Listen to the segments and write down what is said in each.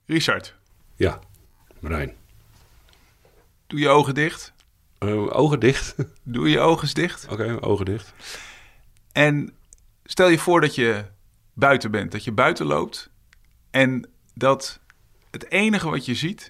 Richard. Ja, Marijn. Doe je ogen dicht. Ogen dicht? Doe je ogen eens dicht. Oké, ogen dicht. En stel je voor dat je buiten bent. Dat je buiten loopt. En dat het enige wat je ziet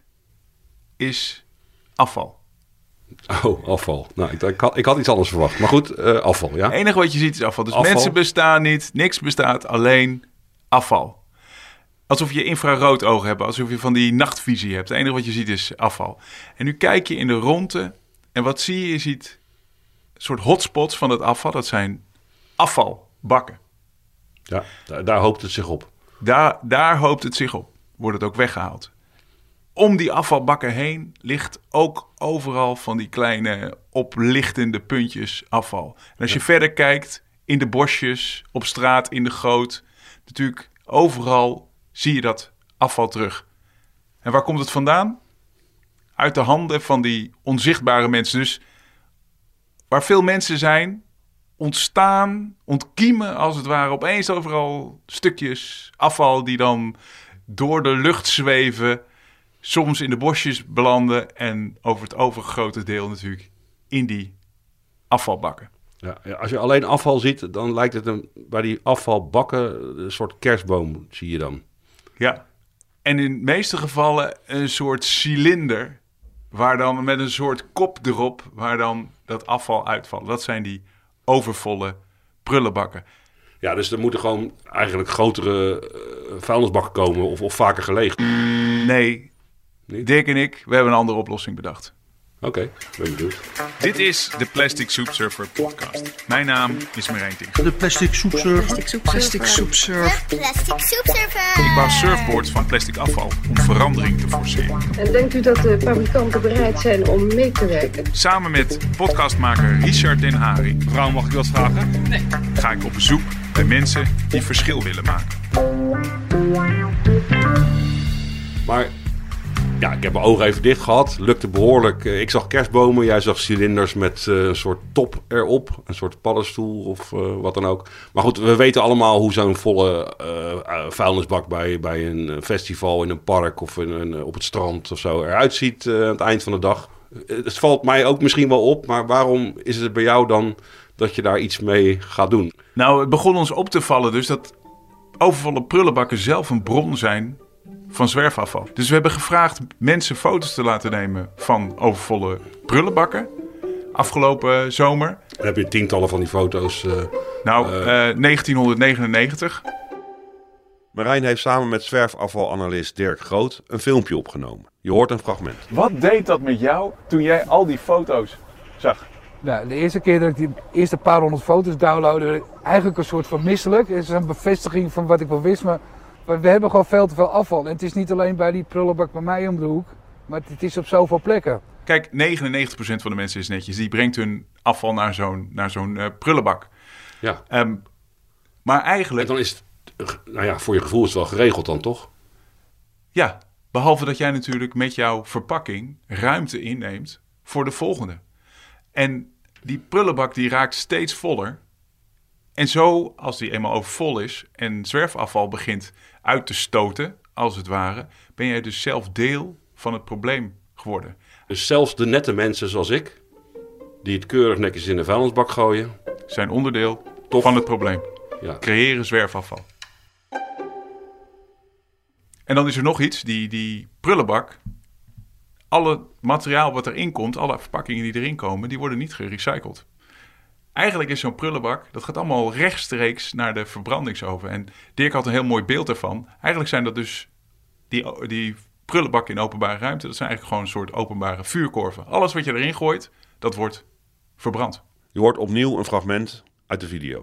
is afval. Oh, afval. Nou, ik had iets anders verwacht. Maar goed, afval, ja? Het enige wat je ziet is afval. Dus afval. Mensen bestaan niet. Niks bestaat. Alleen afval. Alsof je infraroodogen hebt. Alsof je van die nachtvisie hebt. Het enige wat je ziet is afval. En nu kijk je in de rondte. En wat zie je? Je ziet een soort hotspots van het afval. Dat zijn afvalbakken. Ja, daar hoopt het zich op. Daar hoopt het zich op. Wordt het ook weggehaald. Om die afvalbakken heen ligt ook overal van die kleine oplichtende puntjes afval. En als je verder kijkt, in de bosjes, op straat, in de goot, natuurlijk overal zie je dat afval terug. En waar komt het vandaan? Uit de handen van die onzichtbare mensen. Dus waar veel mensen zijn, ontkiemen als het ware opeens overal stukjes afval die dan door de lucht zweven, soms in de bosjes belanden en over het overgrote deel natuurlijk in die afvalbakken. Ja, als je alleen afval ziet, dan lijkt het bij die afvalbakken een soort kerstboom, zie je dan. Ja, en in de meeste gevallen een soort cilinder, waar dan met een soort kop erop, waar dan dat afval uitvalt. Dat zijn die overvolle prullenbakken. Ja, dus er moeten gewoon eigenlijk grotere vuilnisbakken komen of vaker geleegd. Nee, Niet? Dirk en ik, we hebben een andere oplossing bedacht. Oké, ben benieuwd. Dit is de Plastic Soup Surfer podcast. Mijn naam is Marijn Tinks. De Plastic Soup Surfer. Plastic Soup Surfer. Plastic Soup Surfer. Ik bouw surfboards van plastic afval om verandering te forceren. En denkt u dat de fabrikanten bereid zijn om mee te werken? Samen met podcastmaker Richard Den Hari. Mevrouw, mag ik u wat vragen? Nee. Ga ik op bezoek bij mensen die verschil willen maken. Maar ja, ik heb mijn ogen even dicht gehad. Lukte behoorlijk. Ik zag kerstbomen. Jij zag cilinders met een soort top erop. Een soort paddenstoel of wat dan ook. Maar goed, we weten allemaal hoe zo'n volle vuilnisbak bij een festival in een park of op het strand of zo eruit ziet aan het eind van de dag. Het valt mij ook misschien wel op, maar waarom is het bij jou dan dat je daar iets mee gaat doen? Nou, het begon ons op te vallen dus dat overvolle prullenbakken zelf een bron zijn van zwerfafval. Dus we hebben gevraagd mensen foto's te laten nemen van overvolle prullenbakken. Afgelopen zomer. Dan heb je tientallen van die foto's. 1999. Marijn heeft samen met zwerfafvalanalist Dirk Groot een filmpje opgenomen. Je hoort een fragment. Wat deed dat met jou toen jij al die foto's zag? Nou, de eerste keer dat ik die eerste paar honderd foto's downloadde, werd ik eigenlijk een soort van misselijk. Het is een bevestiging van wat ik wel wist, maar we hebben gewoon veel te veel afval. En het is niet alleen bij die prullenbak bij mij om de hoek, maar het is op zoveel plekken. Kijk, 99% van de mensen is netjes. Die brengt hun afval naar zo'n prullenbak. Ja. Maar eigenlijk... En dan is het, nou ja, voor je gevoel is het wel geregeld dan, toch? Ja, behalve dat jij natuurlijk met jouw verpakking ruimte inneemt voor de volgende. En die prullenbak die raakt steeds voller. En zo, als die eenmaal overvol is en zwerfafval begint uit te stoten, als het ware, ben jij dus zelf deel van het probleem geworden. Dus zelfs de nette mensen zoals ik, die het keurig netjes in de vuilnisbak gooien, Zijn onderdeel van het probleem. Ja. Creëren zwerfafval. En dan is er nog iets, die prullenbak. Alle materiaal wat erin komt, alle verpakkingen die erin komen, die worden niet gerecycled. Eigenlijk is zo'n prullenbak, dat gaat allemaal rechtstreeks naar de verbrandingsoven. En Dirk had een heel mooi beeld daarvan. Eigenlijk zijn dat dus die prullenbakken in openbare ruimte, dat zijn eigenlijk gewoon een soort openbare vuurkorven. Alles wat je erin gooit, dat wordt verbrand. Je hoort opnieuw een fragment uit de video.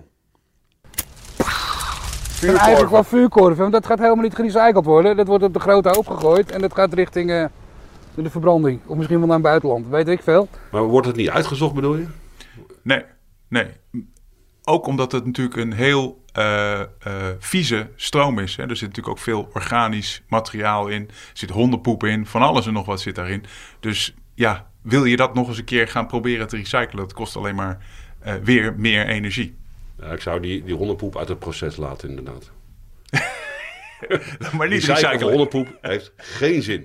En eigenlijk wel vuurkorven, want dat gaat helemaal niet gerecycled worden. Dat wordt op de grote hoop gegooid en dat gaat richting de verbranding. Of misschien wel naar het buitenland, weet ik veel. Maar wordt het niet uitgezocht, bedoel je? Nee. Ook omdat het natuurlijk een heel vieze stroom is. Hè. Er zit natuurlijk ook veel organisch materiaal in. Er zit hondenpoep in, van alles en nog wat zit daarin. Dus ja, wil je dat nog eens een keer gaan proberen te recyclen? Dat kost alleen maar weer meer energie. Ja, ik zou die hondenpoep uit het proces laten, inderdaad. Maar niet Die recyclen. hondenpoep heeft geen zin.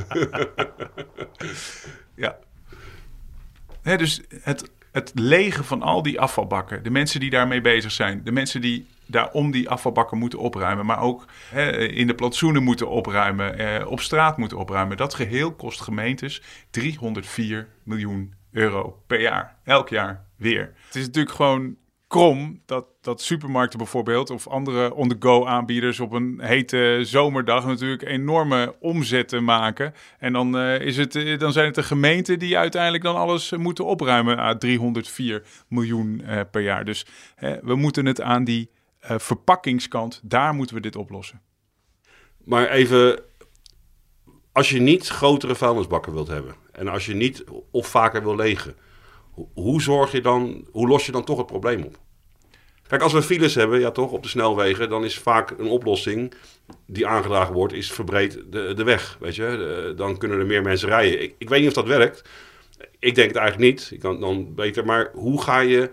Ja. Dus het legen van al die afvalbakken, de mensen die daarmee bezig zijn, de mensen die daarom die afvalbakken moeten opruimen, maar ook in de plantsoenen moeten opruimen, op straat moeten opruimen. Dat geheel kost gemeentes 304 miljoen euro per jaar. Elk jaar weer. Het is natuurlijk gewoon krom dat supermarkten bijvoorbeeld of andere on-the-go aanbieders op een hete zomerdag natuurlijk enorme omzetten maken. En dan zijn het de gemeenten die uiteindelijk dan alles moeten opruimen. 304 miljoen per jaar. Dus we moeten het aan die verpakkingskant, daar moeten we dit oplossen. Maar even, als je niet grotere vuilnisbakken wilt hebben en als je niet of vaker wil legen, hoe los je dan toch het probleem op? Kijk, als we files hebben, ja toch, op de snelwegen, dan is vaak een oplossing die aangedragen wordt, is verbreed de weg, weet je. Dan kunnen er meer mensen rijden. Ik weet niet of dat werkt. Ik denk het eigenlijk niet. Ik kan dan beter, maar hoe ga je...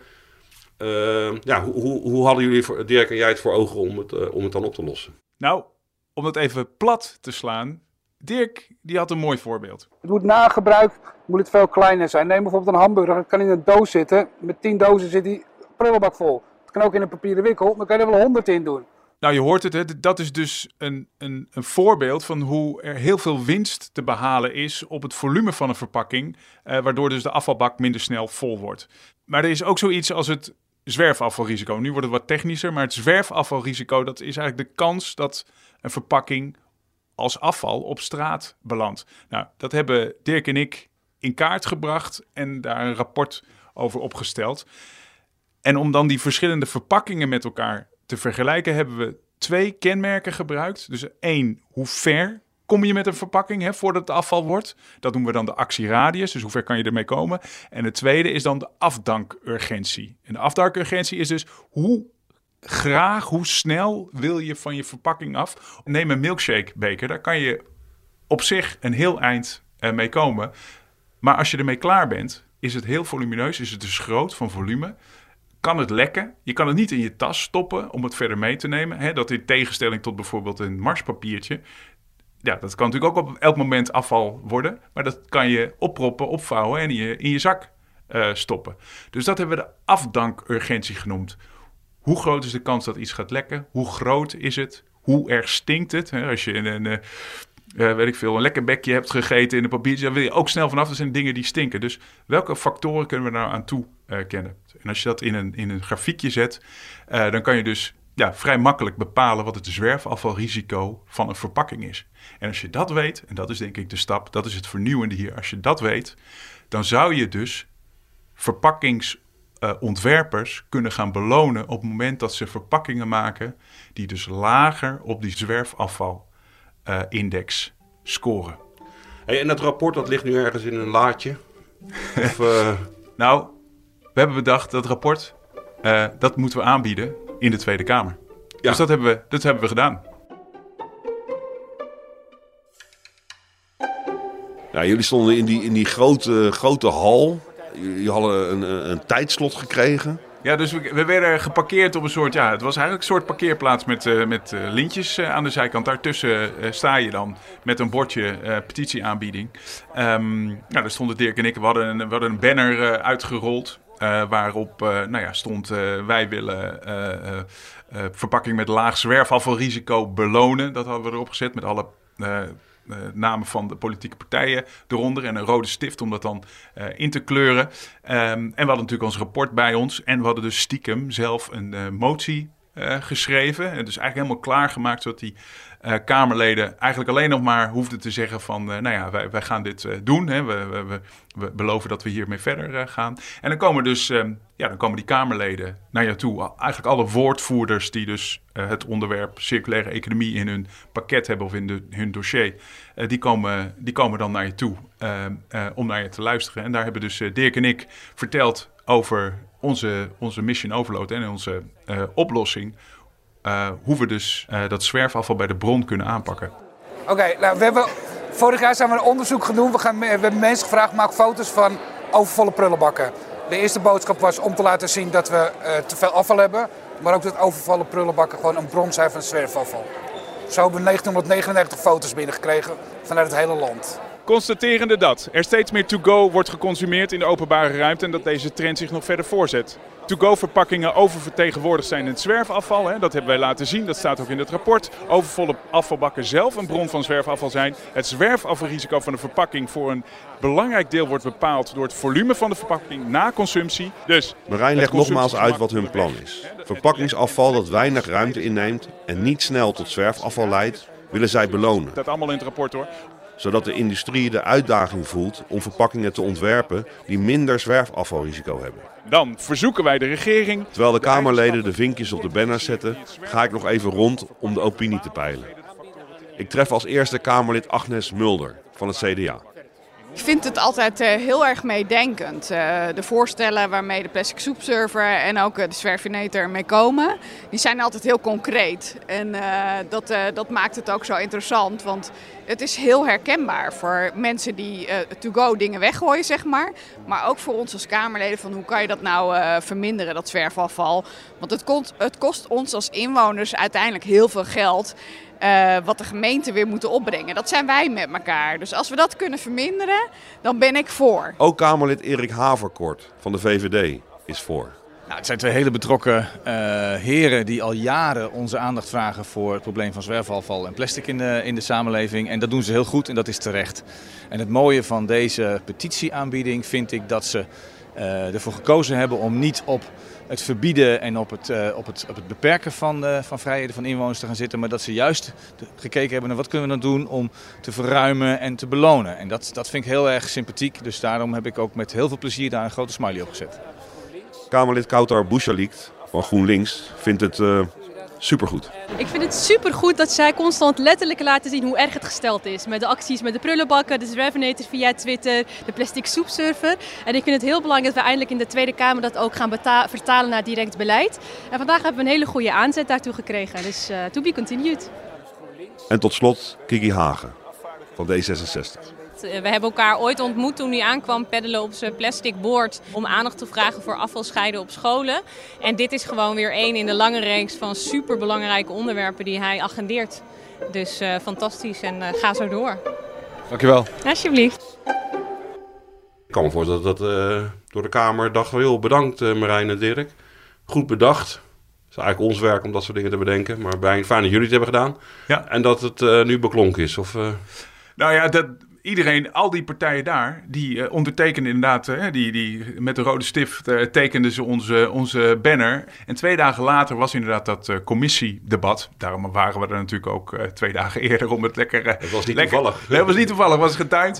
hoe hadden jullie, Dirk en jij, het voor ogen om het dan op te lossen? Nou, om het even plat te slaan, Dirk, die had een mooi voorbeeld. Het moet na gebruik moet het veel kleiner zijn. Neem bijvoorbeeld een hamburger, dat kan in een doos zitten. Met 10 dozen zit die prullenbak vol. Het kan ook in een papieren wikkel, dan kan je er wel 100 in doen. Nou, je hoort het, hè? Dat is dus een voorbeeld van hoe er heel veel winst te behalen is op het volume van een verpakking, waardoor dus de afvalbak minder snel vol wordt. Maar er is ook zoiets als het zwerfafvalrisico. Nu wordt het wat technischer, maar het zwerfafvalrisico, dat is eigenlijk de kans dat een verpakking als afval op straat belandt. Nou, dat hebben Dirk en ik in kaart gebracht en daar een rapport over opgesteld. En om dan die verschillende verpakkingen met elkaar te vergelijken, hebben we 2 kenmerken gebruikt. Dus 1, hoe ver kom je met een verpakking voordat het afval wordt? Dat noemen we dan de actieradius, dus hoe ver kan je ermee komen? En het tweede is dan de afdankurgentie. En de afdankurgentie is dus hoe snel wil je van je verpakking af? Neem een milkshake beker, daar kan je op zich een heel eind mee komen. Maar als je ermee klaar bent, is het heel volumineus, is het dus groot van volume. Kan het lekken? Je kan het niet in je tas stoppen om het verder mee te nemen. Dat in tegenstelling tot bijvoorbeeld een marspapiertje. Ja, dat kan natuurlijk ook op elk moment afval worden. Maar dat kan je opproppen, opvouwen en in je zak stoppen. Dus dat hebben we de afdankurgentie genoemd. Hoe groot is de kans dat iets gaat lekken? Hoe groot is het? Hoe erg stinkt het? Als je een lekker bekje hebt gegeten in een papiertje, dan wil je ook snel vanaf. Dat zijn dingen die stinken. Dus welke factoren kunnen we nou aan toe kennen? En als je dat in een grafiekje zet, dan kan je dus vrij makkelijk bepalen wat het zwerfafvalrisico van een verpakking is. En als je dat weet, en dat is denk ik de stap, dat is het vernieuwende hier. Als je dat weet, dan zou je dus verpakkingsontwerpers kunnen gaan belonen op het moment dat ze verpakkingen maken die dus lager op die zwerfafvalindex scoren. Hey, en dat rapport dat ligt nu ergens in een laadje? Of, Nou, we hebben bedacht dat rapport, dat moeten we aanbieden in de Tweede Kamer. Ja. Dus dat hebben we gedaan. Ja, jullie stonden in die grote hal. Jullie hadden een tijdslot gekregen. Ja, dus we werden geparkeerd op een soort... Ja, het was eigenlijk een soort parkeerplaats met lintjes aan de zijkant. Daartussen sta je dan met een bordje petitieaanbieding. Daar stonden Dirk en ik. We hadden een banner uitgerold. Waarop stond wij willen verpakking met laag zwerfafvalrisico belonen. Dat hadden we erop gezet met alle namen van de politieke partijen eronder. En een rode stift om dat dan in te kleuren. En we hadden natuurlijk ons rapport bij ons. En we hadden dus stiekem zelf een motie geschreven. En dus eigenlijk helemaal klaargemaakt zodat die Kamerleden eigenlijk alleen nog maar hoefden te zeggen van... wij gaan dit doen. Hè. We beloven dat we hiermee verder gaan. En dan komen dus dan komen die Kamerleden naar jou toe. Eigenlijk alle woordvoerders die dus het onderwerp circulaire economie in hun pakket hebben of in hun dossier. Die komen dan naar je toe om naar je te luisteren. En daar hebben dus Dirk en ik verteld over onze mission overload en onze oplossing. Hoe we dus dat zwerfafval bij de bron kunnen aanpakken. Oké, vorig jaar zijn we een onderzoek gaan doen. We hebben mensen gevraagd, maak foto's van overvolle prullenbakken. De eerste boodschap was om te laten zien dat we te veel afval hebben. Maar ook dat overvolle prullenbakken gewoon een bron zijn van zwerfafval. Zo hebben we 1999 foto's binnengekregen vanuit het hele land. Constaterende dat er steeds meer to-go wordt geconsumeerd in de openbare ruimte en dat deze trend zich nog verder voorzet. To-go-verpakkingen oververtegenwoordigd zijn in het zwerfafval. Dat hebben wij laten zien, dat staat ook in het rapport. Overvolle afvalbakken zelf een bron van zwerfafval zijn. Het zwerfafvalrisico van de verpakking voor een belangrijk deel wordt bepaald door het volume van de verpakking na consumptie. Dus Marijn legt nogmaals uit wat hun plan is. Verpakkingsafval dat weinig ruimte inneemt en niet snel tot zwerfafval leidt, willen zij belonen. Dat staat allemaal in het rapport hoor. Zodat de industrie de uitdaging voelt om verpakkingen te ontwerpen die minder zwerfafvalrisico hebben. Dan verzoeken wij de regering... Terwijl de Kamerleden de vinkjes op de banners zetten, ga ik nog even rond om de opinie te peilen. Ik tref als eerste Kamerlid Agnes Mulder van het CDA. Ik vind het altijd heel erg meedenkend. De voorstellen waarmee de plastic soepserver en ook de zwerfinator mee komen, die zijn altijd heel concreet. En dat maakt het ook zo interessant, want het is heel herkenbaar voor mensen die to-go dingen weggooien, zeg maar. Maar ook voor ons als Kamerleden van hoe kan je dat nou verminderen, dat zwerfafval. Want het kost ons als inwoners uiteindelijk heel veel geld. Wat de gemeenten weer moeten opbrengen. Dat zijn wij met elkaar. Dus als we dat kunnen verminderen, dan ben ik voor. Ook Kamerlid Erik Haverkort van de VVD is voor. Nou, het zijn twee hele betrokken heren die al jaren onze aandacht vragen voor het probleem van zwerfafval en plastic in de samenleving. En dat doen ze heel goed en dat is terecht. En het mooie van deze petitieaanbieding vind ik dat ze ervoor gekozen hebben om niet op het verbieden en op het beperken van vrijheden van inwoners te gaan zitten. Maar dat ze juist gekeken hebben naar wat kunnen we dan doen om te verruimen en te belonen. En dat vind ik heel erg sympathiek. Dus daarom heb ik ook met heel veel plezier daar een grote smiley op gezet. Kamerlid Koutar Bouchalikt van GroenLinks vindt het supergoed. Ik vind het supergoed dat zij constant letterlijk laten zien hoe erg het gesteld is. Met de acties met de prullenbakken, de zwerfinator via Twitter, de plastic soepserver. En ik vind het heel belangrijk dat we eindelijk in de Tweede Kamer dat ook gaan vertalen naar direct beleid. En vandaag hebben we een hele goede aanzet daartoe gekregen. Dus to be continued. En tot slot Kiki Hagen van D66. We hebben elkaar ooit ontmoet toen hij aankwam peddelen op zijn plastic board om aandacht te vragen voor afvalscheiden op scholen. En dit is gewoon weer één in de lange reeks van superbelangrijke onderwerpen die hij agendeert. Dus fantastisch en ga zo door. Dankjewel. Alsjeblieft. Ik kan me voorstellen dat door de Kamer dacht van, joh, bedankt Marijn en Dirk. Goed bedacht. Het is eigenlijk ons werk om dat soort dingen te bedenken. Maar fijn dat jullie het hebben gedaan. Ja. En dat het nu beklonken is. Of, Nou ja, iedereen, al die partijen daar, die ondertekenden inderdaad, die met de rode stift tekenden ze onze banner. En 2 dagen later was inderdaad dat commissiedebat. Daarom waren we er natuurlijk ook 2 dagen eerder om het lekker... Het was niet toevallig. Nee, het was niet toevallig, het was getimed.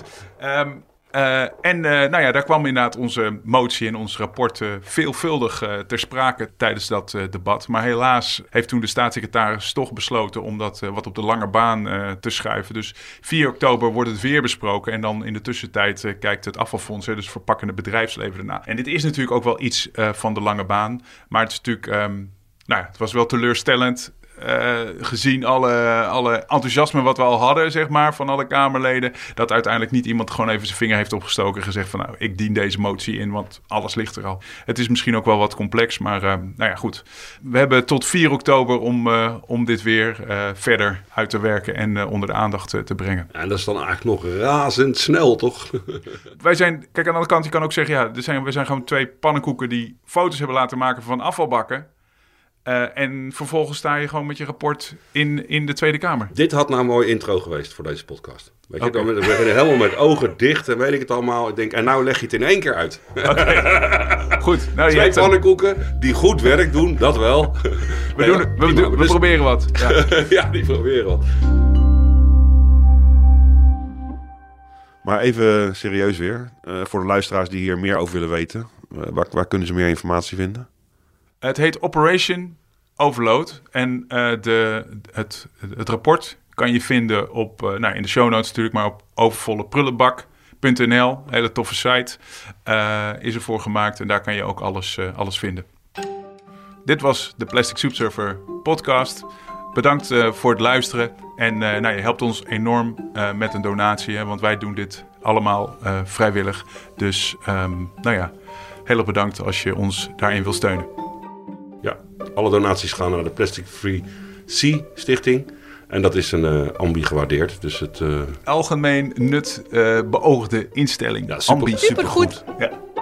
Daar kwam inderdaad onze motie en ons rapport veelvuldig ter sprake tijdens dat debat. Maar helaas heeft toen de staatssecretaris toch besloten om dat wat op de lange baan te schuiven. Dus 4 oktober wordt het weer besproken en dan in de tussentijd kijkt het afvalfonds, dus verpakkende bedrijfsleven erna. En dit is natuurlijk ook wel iets van de lange baan, maar het is natuurlijk, het was wel teleurstellend. Gezien alle enthousiasme wat we al hadden, zeg maar, van alle Kamerleden, dat uiteindelijk niet iemand gewoon even zijn vinger heeft opgestoken en gezegd van, nou, ik dien deze motie in, want alles ligt er al. Het is misschien ook wel wat complex, maar goed. We hebben tot 4 oktober om dit weer verder uit te werken en onder de aandacht te brengen. En dat is dan eigenlijk nog razendsnel, toch? Wij zijn, kijk, aan de andere kant, je kan ook zeggen, we zijn gewoon 2 pannenkoeken die foto's hebben laten maken van afvalbakken. En vervolgens sta je gewoon met je rapport in de Tweede Kamer. Dit had nou een mooie intro geweest voor deze podcast. Weet je, dan beginnen helemaal met ogen dicht en weet ik het allemaal. Ik denk, en nou leg je het in 1 keer uit. Okay. Goed. Nou, 2 pannenkoeken die goed werk doen, dat wel. We proberen wat. Ja. Ja, die proberen wat. Maar even serieus weer. Voor de luisteraars die hier meer over willen weten. Waar kunnen ze meer informatie vinden? Het heet Operation Overload. En het rapport kan je vinden op, in de show notes natuurlijk, maar op overvolleprullenbak.nl. Een hele toffe site is ervoor gemaakt en daar kan je ook alles vinden. Dit was de Plastic Soepserver podcast. Bedankt voor het luisteren. En je helpt ons enorm met een donatie, want wij doen dit allemaal vrijwillig. Dus heel erg bedankt als je ons daarin wil steunen. Ja, alle donaties gaan naar de Plastic Free Sea Stichting. En dat is een ambi gewaardeerd. Dus het algemeen nut beoogde instelling. Ja, Ambi. Supergoed. Ja.